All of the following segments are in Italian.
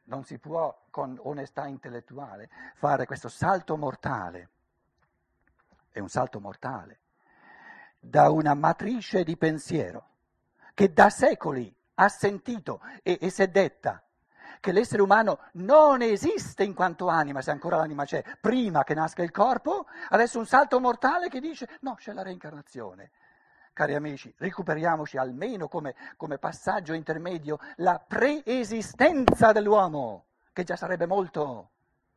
non si può con onestà intellettuale fare questo salto mortale, è un salto mortale, da una matrice di pensiero che da secoli ha sentito e si è detta che l'essere umano non esiste in quanto anima, se ancora l'anima c'è, prima che nasca il corpo, adesso un salto mortale che dice no, c'è la reincarnazione. Cari amici, recuperiamoci almeno come passaggio intermedio la preesistenza dell'uomo, che già sarebbe molto.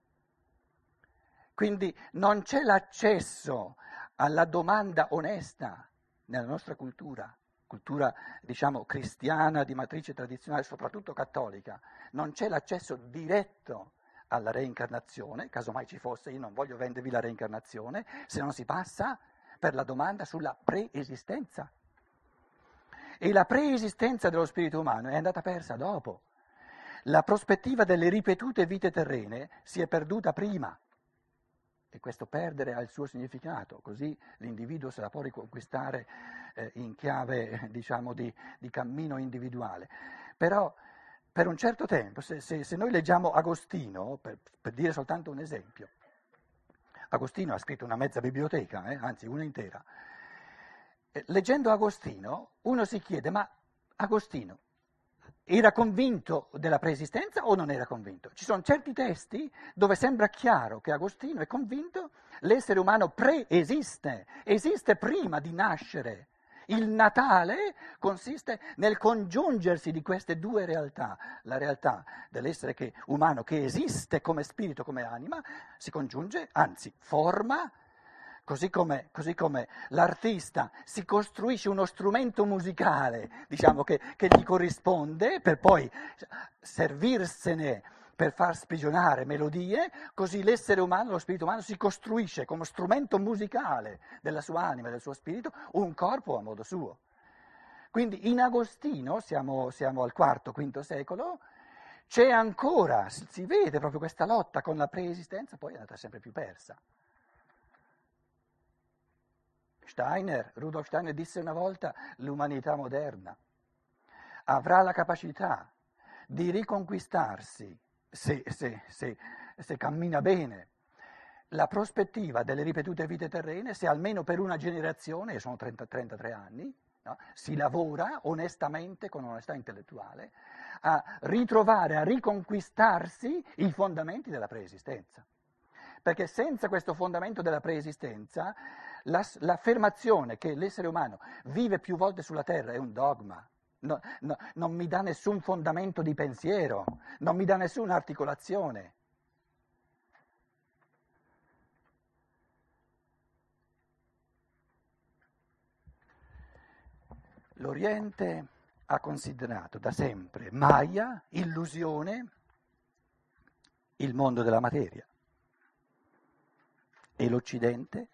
Quindi non c'è l'accesso alla domanda onesta nella nostra cultura diciamo cristiana di matrice tradizionale, soprattutto cattolica, non c'è l'accesso diretto alla reincarnazione, casomai ci fosse, io non voglio vendervi la reincarnazione, se non si passa per la domanda sulla preesistenza. E la preesistenza dello spirito umano è andata persa dopo. La prospettiva delle ripetute vite terrene si è perduta prima. E questo perdere ha il suo significato, così l'individuo se la può riconquistare in chiave, diciamo, di cammino individuale. Però per un certo tempo, se noi leggiamo Agostino, per dire soltanto un esempio, Agostino ha scritto una mezza biblioteca, anzi una intera. Leggendo Agostino uno si chiede, ma Agostino era convinto della preesistenza o non era convinto? Ci sono certi testi dove sembra chiaro che Agostino è convinto l'essere umano preesiste, esiste prima di nascere. Il Natale consiste nel congiungersi di queste due realtà, la realtà dell'essere umano che esiste come spirito, come anima, si congiunge, anzi forma. Così come l'artista si costruisce uno strumento musicale, diciamo, che gli corrisponde, per poi servirsene per far sprigionare melodie, così l'essere umano, lo spirito umano, si costruisce come strumento musicale della sua anima, del suo spirito, un corpo a modo suo. Quindi in Agostino, siamo al IV-V secolo, c'è ancora, si vede proprio questa lotta con la preesistenza, poi è andata sempre più persa. Rudolf Steiner disse una volta: l'umanità moderna avrà la capacità di riconquistarsi, se cammina bene, la prospettiva delle ripetute vite terrene, se almeno per una generazione, e sono 33 anni, no, si lavora onestamente, con onestà intellettuale, a ritrovare, a riconquistarsi i fondamenti della preesistenza. Perché senza questo fondamento della preesistenza, l'affermazione che l'essere umano vive più volte sulla terra è un dogma, non mi dà nessun fondamento di pensiero, non mi dà nessuna articolazione. L'Oriente ha considerato da sempre Maya, illusione, il mondo della materia. E l'Occidente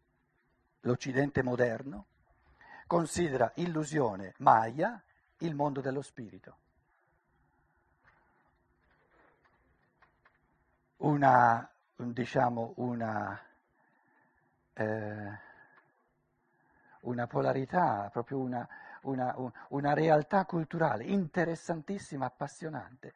moderno, considera illusione Maya il mondo dello spirito. Una polarità, proprio una realtà culturale interessantissima, appassionante.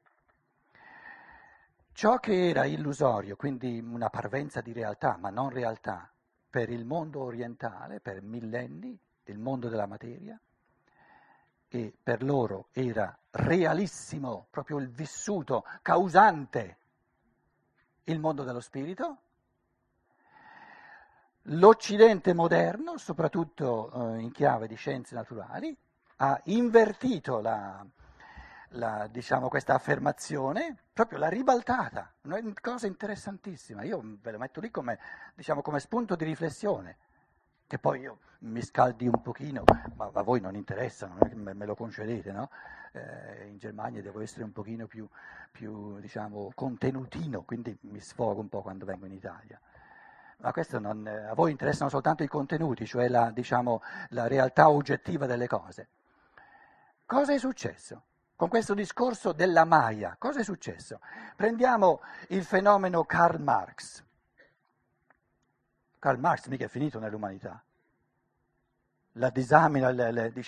Ciò che era illusorio, quindi una parvenza di realtà, ma non realtà, per il mondo orientale, per millenni, il mondo della materia, e per loro era realissimo, proprio il vissuto causante, il mondo dello spirito. L'Occidente moderno, soprattutto in chiave di scienze naturali, ha invertito questa affermazione, proprio l'ha ribaltata, una cosa interessantissima. Io ve lo metto lì come spunto di riflessione, che poi io mi scaldi un pochino, ma a voi non interessa, non è che me lo concedete, no? In Germania devo essere un pochino più contenutino, quindi mi sfogo un po' quando vengo in Italia. Ma questo a voi interessano soltanto i contenuti, cioè la realtà oggettiva delle cose. Cosa è successo? Con questo discorso della Maya, cosa è successo? Prendiamo il fenomeno Karl Marx. Karl Marx mica è finito nell'umanità. La disamina,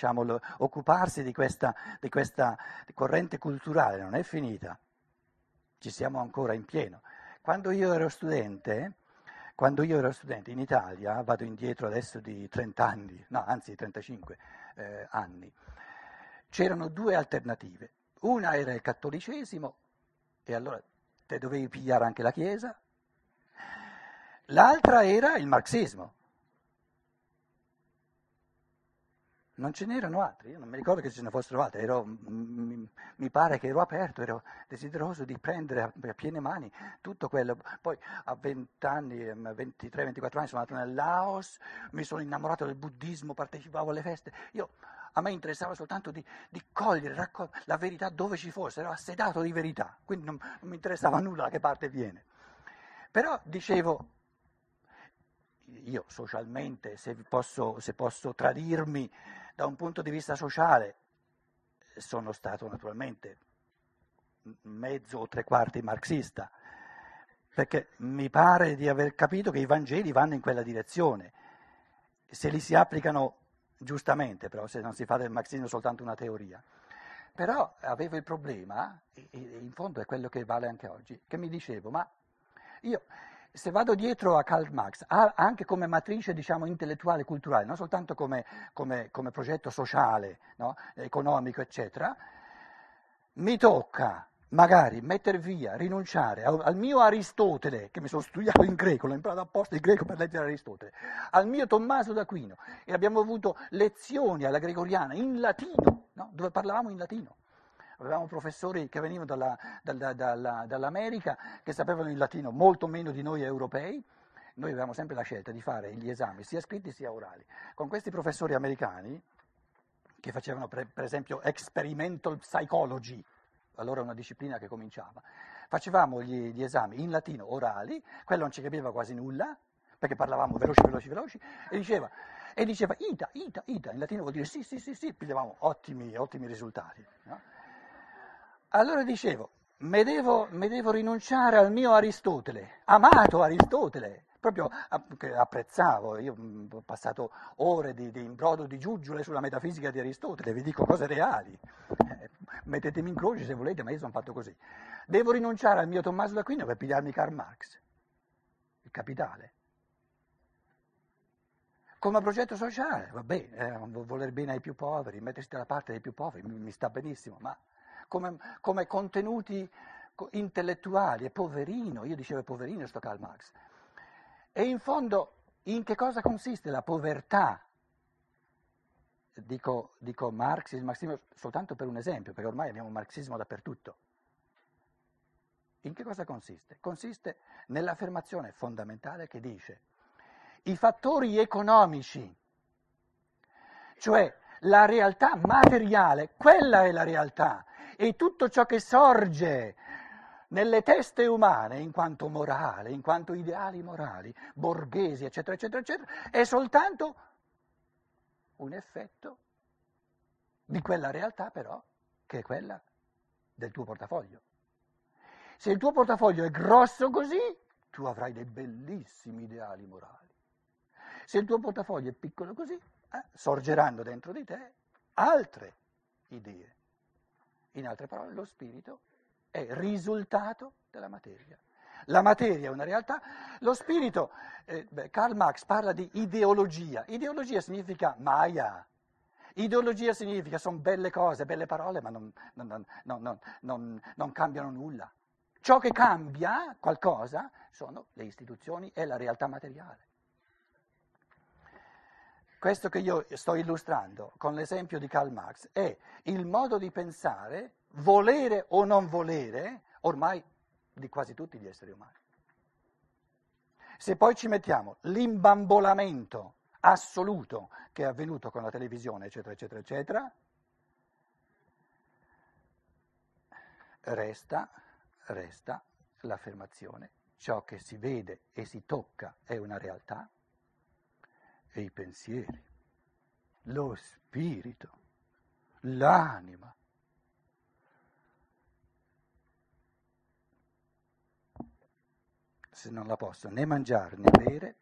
occuparsi di questa corrente culturale non è finita. ci siamo ancora in pieno. Quando io ero studente in Italia, vado indietro adesso di 30 anni, no, anzi 35 anni, c'erano due alternative. Una era il cattolicesimo, e allora te dovevi pigliare anche la Chiesa, l'altra era il marxismo. Non ce n'erano altri, io non mi ricordo che ce ne fossero altri, mi pare che ero aperto, ero desideroso di prendere a piene mani tutto quello. Poi a 20 anni, 23-24 anni sono andato nel Laos, mi sono innamorato del buddismo, partecipavo alle feste. A me interessava soltanto di cogliere la verità dove ci fosse, ero assedato di verità, quindi non mi interessava nulla da che parte viene. Però dicevo, io socialmente, se posso tradirmi da un punto di vista sociale, sono stato naturalmente mezzo o tre quarti marxista, perché mi pare di aver capito che i Vangeli vanno in quella direzione, se li si applicano giustamente, però se non si fa del marxismo soltanto una teoria. Però avevo il problema, e in fondo è quello che vale anche oggi, che mi dicevo, ma io se vado dietro a Karl Marx, anche come matrice, diciamo, intellettuale, culturale, non soltanto come progetto sociale, no? Economico, eccetera, mi tocca magari mettere via, rinunciare al mio Aristotele, che mi sono studiato in greco, l'ho imparato apposta il greco per leggere Aristotele, al mio Tommaso d'Aquino, e abbiamo avuto lezioni alla gregoriana in latino, no? Dove parlavamo in latino. Avevamo professori che venivano dall'America, che sapevano il latino molto meno di noi europei. Noi avevamo sempre la scelta di fare gli esami sia scritti sia orali. Con questi professori americani, che facevano per esempio experimental psychology, allora una disciplina che cominciava, facevamo gli esami in latino orali, quello non ci capiva quasi nulla, perché parlavamo veloci, e diceva ita, in latino vuol dire sì, pigliavamo ottimi risultati. No? Allora dicevo, me devo rinunciare al mio Aristotele, amato Aristotele, proprio che apprezzavo. Io ho passato ore di imbrodo di giuggiole sulla metafisica di Aristotele, vi dico cose reali. Mettetemi in croce se volete, ma io sono fatto così. Devo rinunciare al mio Tommaso d'Aquino per pigliarmi Karl Marx, il Capitale. Come progetto sociale, va bene, voler bene ai più poveri, mettersi dalla parte dei più poveri, mi sta benissimo, ma come contenuti intellettuali, è poverino, io dicevo è poverino sto Karl Marx. E in fondo in che cosa consiste la povertà? Dico Marx, marxismo soltanto per un esempio, perché ormai abbiamo marxismo dappertutto. In che cosa consiste? Consiste nell'affermazione fondamentale che dice i fattori economici, cioè la realtà materiale, quella è la realtà, e tutto ciò che sorge nelle teste umane in quanto morale, in quanto ideali morali, borghesi, eccetera, è soltanto un effetto di quella realtà però che è quella del tuo portafoglio. Se il tuo portafoglio è grosso così, tu avrai dei bellissimi ideali morali. Se il tuo portafoglio è piccolo così, sorgeranno dentro di te altre idee. In altre parole, lo spirito è risultato della materia. La materia è una realtà, lo spirito, Karl Marx parla di ideologia. Ideologia significa Maya. Ideologia significa, sono belle cose, belle parole, ma non cambiano nulla. Ciò che cambia qualcosa sono le istituzioni e la realtà materiale. Questo che io sto illustrando con l'esempio di Karl Marx è il modo di pensare, volere o non volere, ormai di quasi tutti gli esseri umani. Se poi ci mettiamo l'imbambolamento assoluto che è avvenuto con la televisione, eccetera, resta l'affermazione, ciò che si vede e si tocca è una realtà, e i pensieri, lo spirito, l'anima. Se non la posso né mangiare né bere,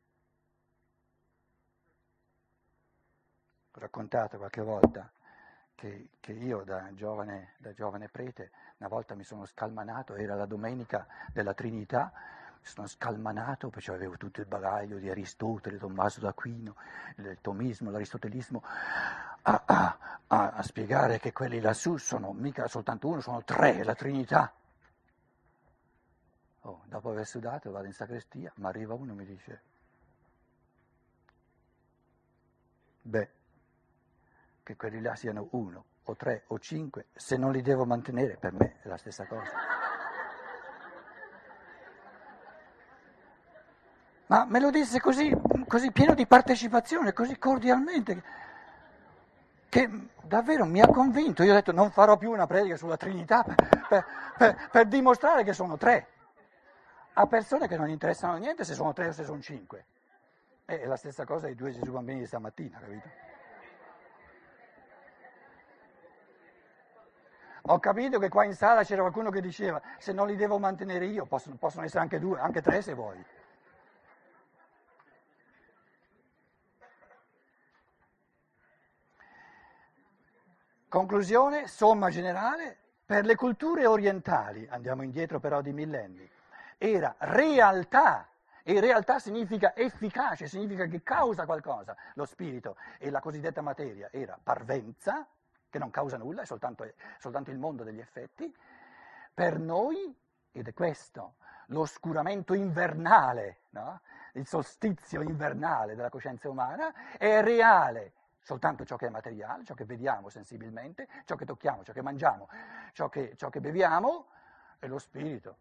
ho raccontato qualche volta che io da giovane prete una volta mi sono scalmanato, era la domenica della Trinità, mi sono scalmanato perché avevo tutto il bagaglio di Aristotele, Tommaso d'Aquino, il tomismo, l'aristotelismo, a spiegare che quelli lassù sono mica soltanto uno, sono tre, la Trinità. Oh, dopo aver sudato vado in sacrestia, ma arriva uno e mi dice, beh, che quelli là siano uno, o tre, o cinque, se non li devo mantenere, per me è la stessa cosa. Ma me lo disse così pieno di partecipazione, così cordialmente, che davvero mi ha convinto. Io ho detto non farò più una predica sulla Trinità per dimostrare che sono tre, a persone che non interessano niente se sono tre o se sono cinque. È la stessa cosa dei due Gesù bambini di stamattina, capito? Ho capito che qua in sala c'era qualcuno che diceva se non li devo mantenere io possono essere anche due, anche tre se vuoi. Conclusione, somma generale, per le culture orientali, andiamo indietro però di millenni, era realtà, e realtà significa efficace, significa che causa qualcosa. Lo spirito e la cosiddetta materia era parvenza, che non causa nulla, è soltanto il mondo degli effetti. Per noi, ed è questo, l'oscuramento invernale, no? Il solstizio invernale della coscienza umana, è reale. Soltanto ciò che è materiale, ciò che vediamo sensibilmente, ciò che tocchiamo, ciò che mangiamo, ciò che beviamo, è lo spirito.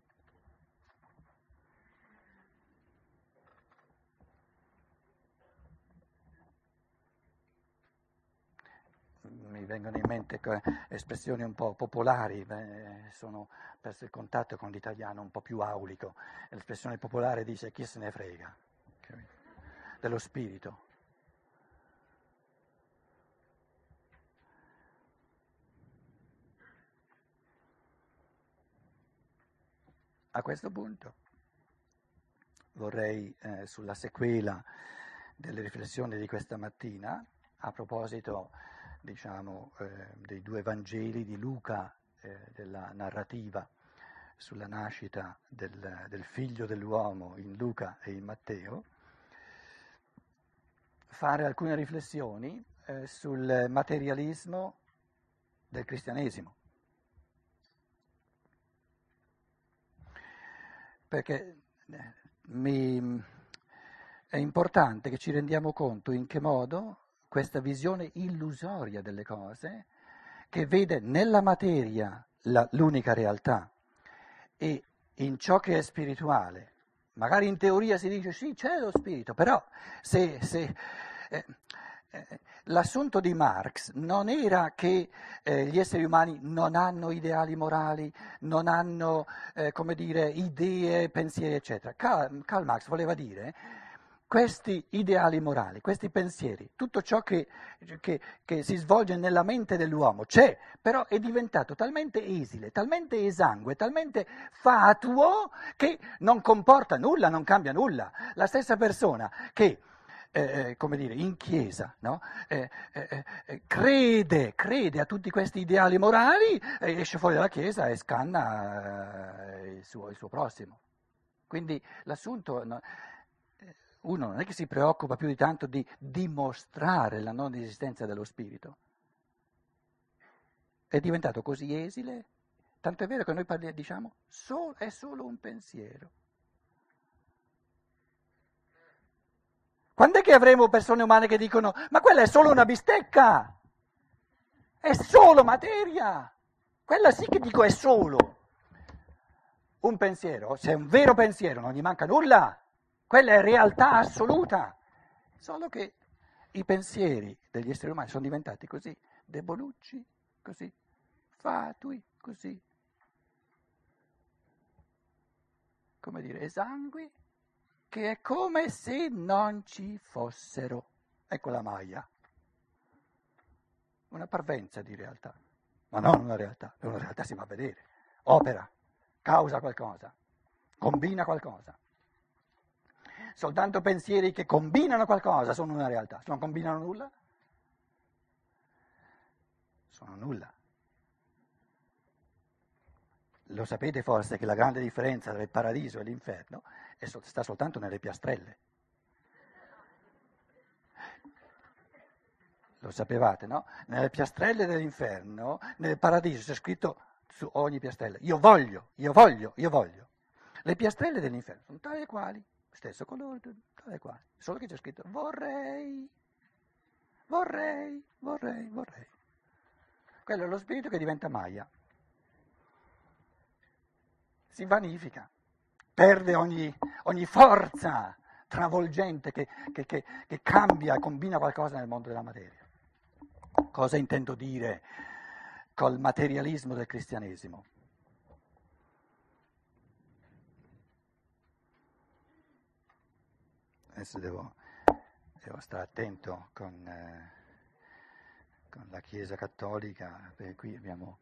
Mi vengono in mente espressioni un po' popolari, sono perso il contatto con l'italiano un po' più aulico. L'espressione popolare dice chi se ne frega, capito? Dello spirito. A questo punto vorrei, sulla sequela delle riflessioni di questa mattina, a proposito, diciamo, dei due Vangeli di Luca, della narrativa sulla nascita del figlio dell'uomo in Luca e in Matteo, fare alcune riflessioni sul materialismo del cristianesimo. Perché è importante che ci rendiamo conto in che modo questa visione illusoria delle cose, che vede nella materia l'unica realtà e in ciò che è spirituale, magari in teoria si dice sì, c'è lo spirito, però eh, l'assunto di Marx non era che gli esseri umani non hanno ideali morali, non hanno, come dire, idee, pensieri, eccetera. Karl Marx voleva dire questi ideali morali, questi pensieri, tutto ciò che si svolge nella mente dell'uomo c'è, però è diventato talmente esile, talmente esangue, talmente fatuo che non comporta nulla, non cambia nulla. La stessa persona che come dire, in chiesa, no? Crede a tutti questi ideali morali, esce fuori dalla chiesa e scanna il suo prossimo. Quindi l'assunto, no, uno non è che si preoccupa più di tanto di dimostrare la non esistenza dello spirito. È diventato così esile, tanto è vero che noi diciamo è solo un pensiero. Quando è che avremo persone umane che dicono ma quella è solo una bistecca, è solo materia, quella sì che dico è solo un pensiero, se è un vero pensiero non gli manca nulla, quella è realtà assoluta, solo che i pensieri degli esseri umani sono diventati così debolucci, così fatui, così, come dire, esangui, che è come se non ci fossero. Ecco la Maya, una parvenza di realtà, ma non una realtà si va a vedere, opera, causa qualcosa, combina qualcosa. Soltanto pensieri che combinano qualcosa sono una realtà, se non combinano nulla, sono nulla. Lo sapete forse che la grande differenza tra il paradiso e l'inferno sta soltanto nelle piastrelle. Lo sapevate, no? Nelle piastrelle dell'inferno, nel paradiso c'è scritto su ogni piastrella, io voglio, io voglio, io voglio. Le piastrelle dell'inferno sono tali e quali, stesso colore, tale e quali, solo che c'è scritto vorrei, vorrei, vorrei, vorrei. Quello è lo spirito che diventa Maya, si vanifica, perde ogni forza travolgente che cambia, combina qualcosa nel mondo della materia. Cosa intendo dire col materialismo del cristianesimo? Adesso devo stare attento con la Chiesa cattolica, perché qui abbiamo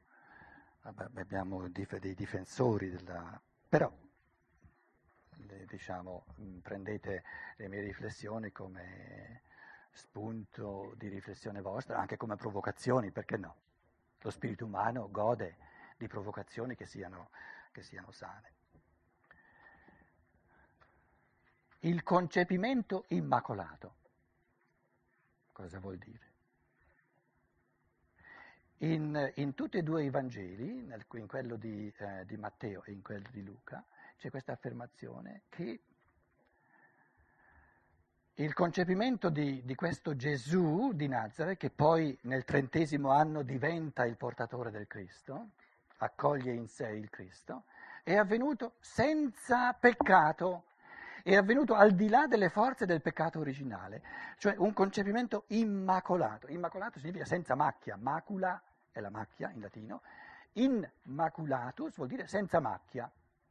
dei difensori però diciamo, prendete le mie riflessioni come spunto di riflessione vostra, anche come provocazioni, perché no? Lo spirito umano gode di provocazioni che siano sane. Il concepimento immacolato. Cosa vuol dire? In tutti e due i Vangeli, in quello di Matteo e in quello di Luca, c'è questa affermazione che il concepimento di questo Gesù di Nazareth, che poi nel 30° anno diventa il portatore del Cristo, accoglie in sé il Cristo, è avvenuto senza peccato, è avvenuto al di là delle forze del peccato originale, cioè un concepimento immacolato. Immacolato significa senza macchia, macula è la macchia in latino, immaculatus vuol dire senza macchia.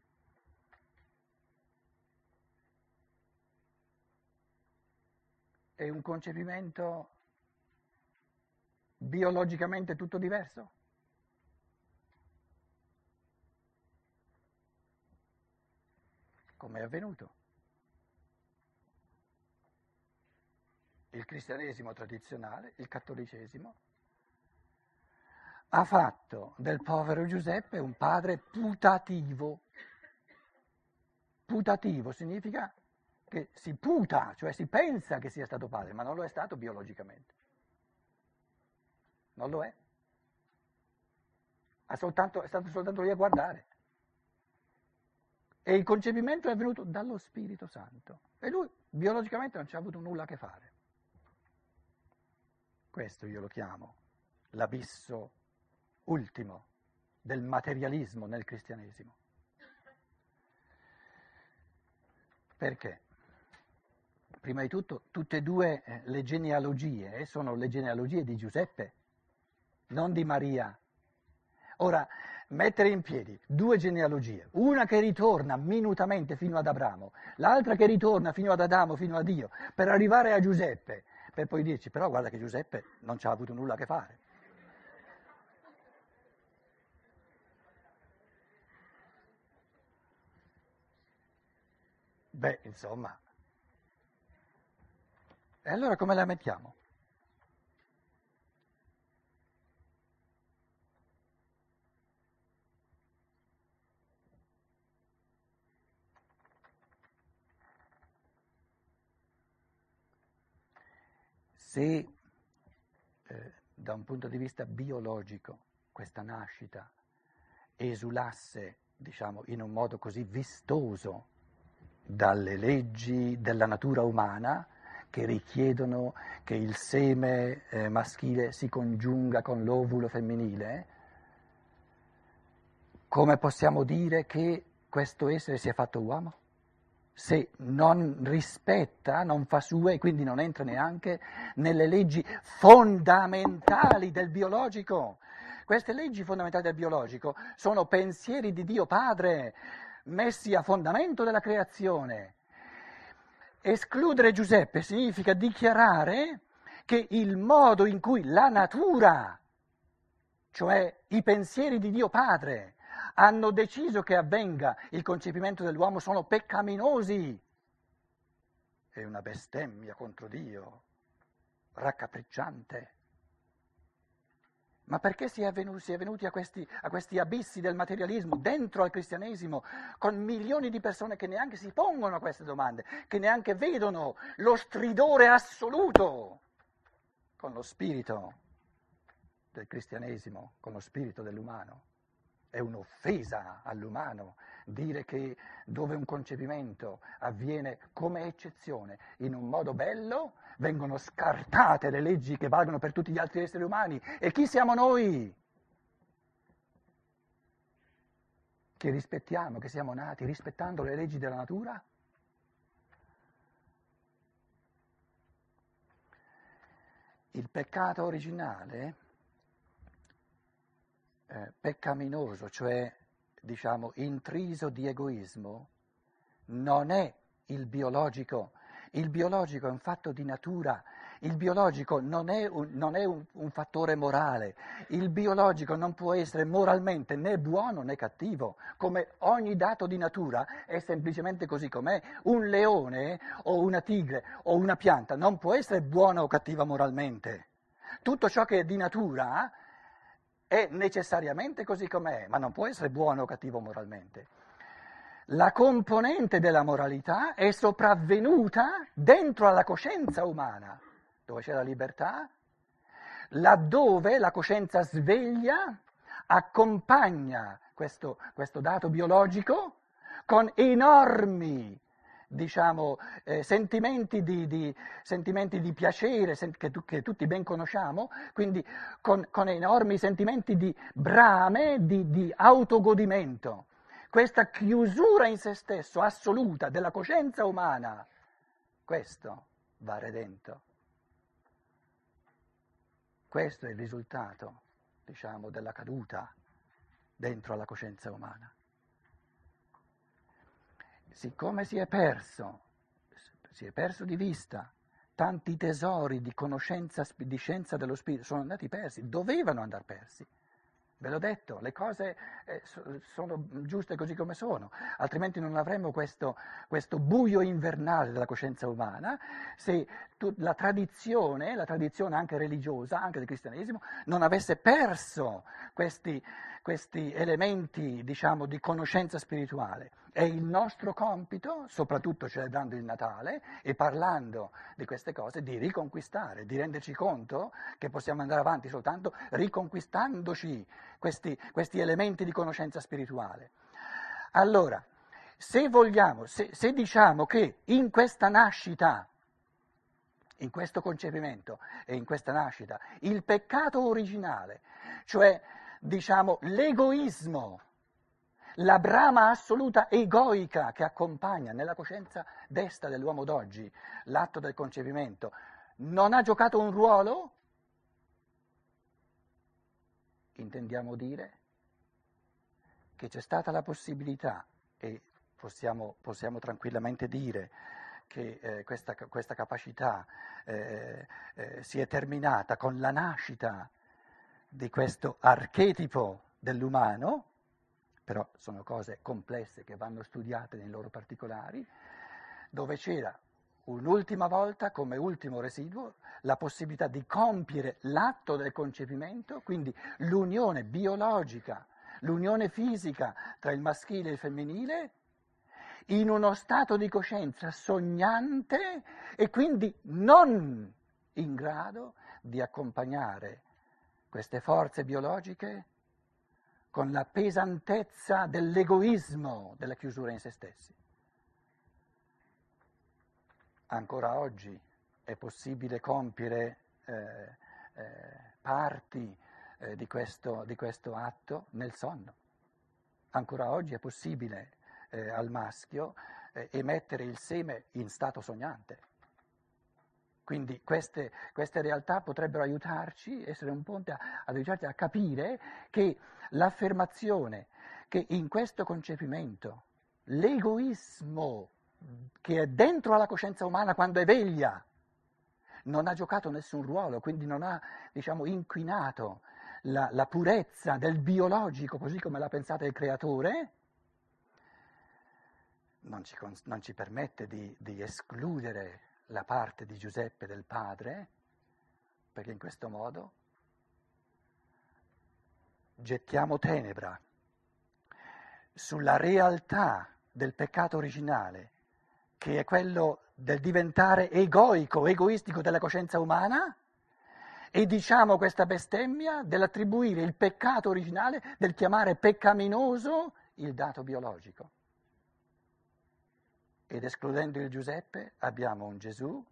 È un concepimento biologicamente tutto diverso? Come è avvenuto? Il cristianesimo tradizionale, il cattolicesimo, ha fatto del povero Giuseppe un padre putativo. Putativo significa che si puta, cioè si pensa che sia stato padre, ma non lo è stato biologicamente. Non lo è. È stato soltanto lì a guardare. E il concepimento è avvenuto dallo Spirito Santo. E lui biologicamente non ci ha avuto nulla a che fare. Questo io lo chiamo l'abisso ultimo del materialismo nel cristianesimo. Perché? Prima di tutto, tutte e due le genealogie sono le genealogie di Giuseppe, non di Maria. Ora, mettere in piedi due genealogie, una che ritorna minutamente fino ad Abramo, l'altra che ritorna fino ad Adamo, fino a Dio, per arrivare a Giuseppe, per poi dirci, però guarda che Giuseppe non ci ha avuto nulla a che fare. Beh, insomma. E allora come la mettiamo? Se da un punto di vista biologico questa nascita esulasse, diciamo, in un modo così vistoso dalle leggi della natura umana che richiedono che il seme maschile si congiunga con l'ovulo femminile, come possiamo dire che questo essere sia fatto uomo? Se non rispetta, non fa sue e quindi non entra neanche nelle leggi fondamentali del biologico. Queste leggi fondamentali del biologico sono pensieri di Dio Padre, messi a fondamento della creazione. Escludere Giuseppe significa dichiarare che il modo in cui la natura, cioè i pensieri di Dio Padre, hanno deciso che avvenga il concepimento dell'uomo sono peccaminosi. È una bestemmia contro Dio, raccapricciante. Ma perché si è venuti a questi abissi del materialismo dentro al cristianesimo, con milioni di persone che neanche si pongono queste domande, che neanche vedono lo stridore assoluto con lo spirito del cristianesimo, con lo spirito dell'umano? È un'offesa all'umano dire che dove un concepimento avviene come eccezione in un modo bello, vengono scartate le leggi che valgono per tutti gli altri esseri umani. E chi siamo noi? Che rispettiamo, che siamo nati rispettando le leggi della natura? Il peccato originale, peccaminoso, cioè diciamo intriso di egoismo, non è il biologico. Il biologico è un fatto di natura, il biologico non è un fattore morale, il biologico non può essere moralmente né buono né cattivo, come ogni dato di natura è semplicemente così com'è. Un leone o una tigre o una pianta non può essere buona o cattiva moralmente. Tutto ciò che è di natura è necessariamente così com'è, ma non può essere buono o cattivo moralmente. La componente della moralità è sopravvenuta dentro alla coscienza umana, dove c'è la libertà, laddove la coscienza sveglia accompagna questo dato biologico con enormi, diciamo, sentimenti di piacere che tutti ben conosciamo, quindi con enormi sentimenti di brame, di autogodimento. Questa chiusura in se stesso assoluta della coscienza umana, questo va redento. Questo è il risultato, diciamo, della caduta dentro alla coscienza umana. Siccome si è perso di vista tanti tesori di conoscenza, di scienza dello spirito, sono andati persi, dovevano andare persi. Ve l'ho detto, le cose sono giuste così come sono, altrimenti non avremmo questo buio invernale della coscienza umana se la tradizione anche religiosa, anche del cristianesimo, non avesse perso questi elementi, diciamo, di conoscenza spirituale. È il nostro compito, soprattutto celebrando il Natale e parlando di queste cose, di riconquistare, di renderci conto che possiamo andare avanti soltanto riconquistandoci questi elementi di conoscenza spirituale. Allora, se vogliamo, se diciamo che in questa nascita, in questo concepimento e in questa nascita, il peccato originale, cioè diciamo l'egoismo, la brama assoluta egoica che accompagna nella coscienza desta dell'uomo d'oggi l'atto del concepimento, non ha giocato un ruolo? Intendiamo dire che c'è stata la possibilità, e possiamo tranquillamente dire che questa capacità si è terminata con la nascita di questo archetipo dell'umano, però sono cose complesse che vanno studiate nei loro particolari, dove c'era un'ultima volta, come ultimo residuo, la possibilità di compiere l'atto del concepimento, quindi l'unione biologica, l'unione fisica tra il maschile e il femminile, in uno stato di coscienza sognante e quindi non in grado di accompagnare queste forze biologiche con la pesantezza dell'egoismo, della chiusura in se stessi. Ancora oggi è possibile compiere parti di questo atto nel sonno. Ancora oggi è possibile al maschio emettere il seme in stato sognante. Quindi queste realtà potrebbero aiutarci, essere un ponte ad aiutarci a capire che l'affermazione che in questo concepimento l'egoismo che è dentro alla coscienza umana quando è veglia non ha giocato nessun ruolo, quindi non ha, diciamo, inquinato la purezza del biologico così come l'ha pensata il creatore, non ci permette di escludere la parte di Giuseppe del padre, perché in questo modo gettiamo tenebra sulla realtà del peccato originale, che è quello del diventare egoico, egoistico della coscienza umana, e diciamo questa bestemmia dell'attribuire il peccato originale, del chiamare peccaminoso il dato biologico. Ed escludendo il Giuseppe abbiamo un Gesù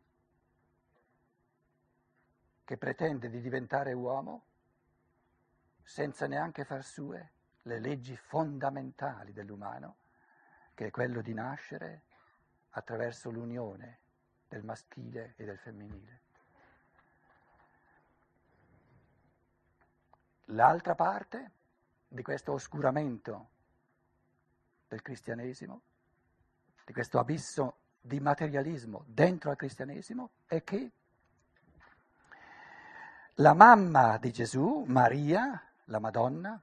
che pretende di diventare uomo senza neanche far sue le leggi fondamentali dell'umano, che è quello di nascere attraverso l'unione del maschile e del femminile. L'altra parte di questo oscuramento del cristianesimo, di questo abisso di materialismo dentro al cristianesimo, è che la mamma di Gesù, Maria, la Madonna,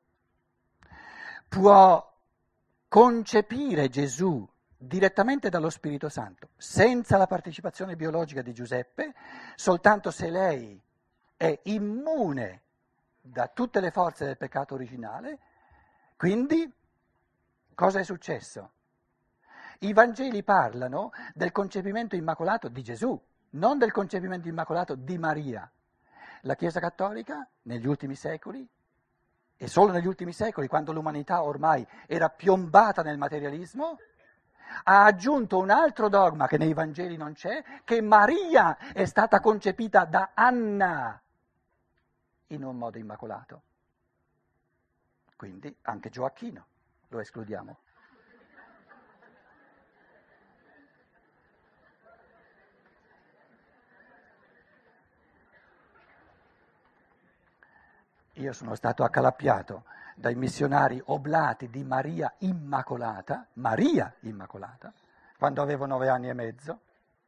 può concepire Gesù direttamente dallo Spirito Santo, senza la partecipazione biologica di Giuseppe, soltanto se lei è immune da tutte le forze del peccato originale. Quindi cosa è successo? I Vangeli parlano del concepimento immacolato di Gesù, non del concepimento immacolato di Maria. La Chiesa Cattolica negli ultimi secoli, e solo negli ultimi secoli, quando l'umanità ormai era piombata nel materialismo, ha aggiunto un altro dogma che nei Vangeli non c'è, che Maria è stata concepita da Anna in un modo immacolato. Quindi anche Gioacchino lo escludiamo. Io sono stato accalappiato dai missionari oblati di Maria Immacolata, quando avevo 9 anni e mezzo.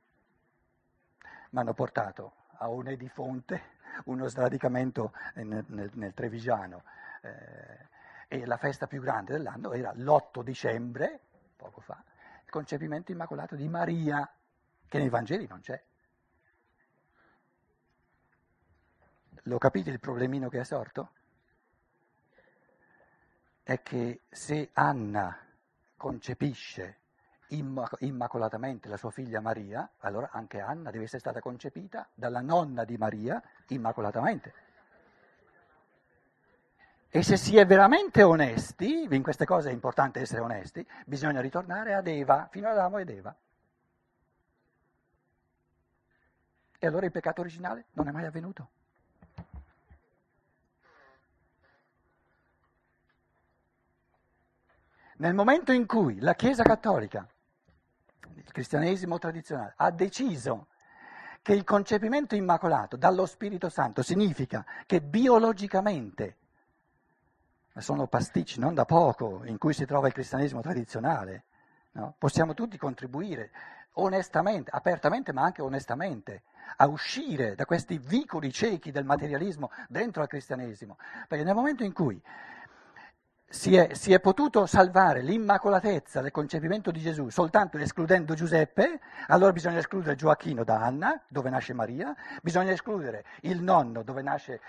Mi hanno portato a Onedifonte, uno sradicamento nel Trevigiano, e la festa più grande dell'anno era l'8 dicembre, poco fa, il concepimento immacolato di Maria, che nei Vangeli non c'è. Lo capite il problemino che è sorto? È che se Anna concepisce immacolatamente la sua figlia Maria, allora anche Anna deve essere stata concepita dalla nonna di Maria immacolatamente. E se si è veramente onesti, in queste cose è importante essere onesti, bisogna ritornare ad Eva, fino ad Adamo ed Eva. E allora il peccato originale non è mai avvenuto. Nel momento in cui la Chiesa Cattolica, il cristianesimo tradizionale, ha deciso che il concepimento immacolato dallo Spirito Santo significa che biologicamente, ma sono pasticci non da poco in cui si trova il cristianesimo tradizionale, no? Possiamo tutti contribuire onestamente, apertamente ma anche onestamente, a uscire da questi vicoli ciechi del materialismo dentro al cristianesimo, perché nel momento in cui si è potuto salvare l'immacolatezza del concepimento di Gesù soltanto escludendo Giuseppe, allora bisogna escludere Gioacchino da Anna, dove nasce Maria, bisogna escludere il nonno dove nasce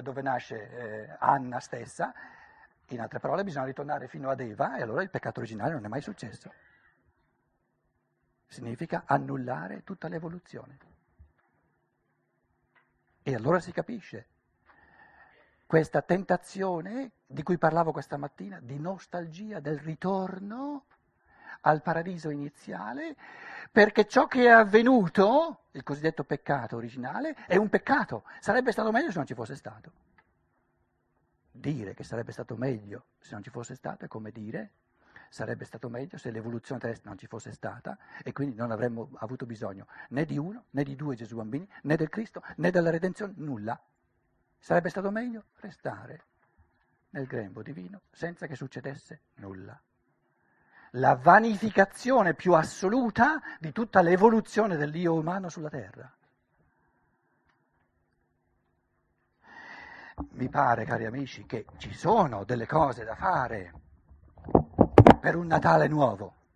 Anna stessa, in altre parole bisogna ritornare fino ad Eva e allora il peccato originale non è mai successo. Significa annullare tutta l'evoluzione. E allora si capisce questa tentazione di cui parlavo questa mattina, di nostalgia del ritorno al paradiso iniziale, perché ciò che è avvenuto, il cosiddetto peccato originale, è un peccato. Sarebbe stato meglio se non ci fosse stato. Dire che sarebbe stato meglio se non ci fosse stato è come dire sarebbe stato meglio se l'evoluzione terrestre non ci fosse stata e quindi non avremmo avuto bisogno né di uno, né di due Gesù bambini, né del Cristo, né della redenzione, nulla. Sarebbe stato meglio restare nel grembo divino senza che succedesse nulla. La vanificazione più assoluta di tutta l'evoluzione dell'io umano sulla terra. Mi pare, cari amici, che ci sono delle cose da fare per un Natale nuovo.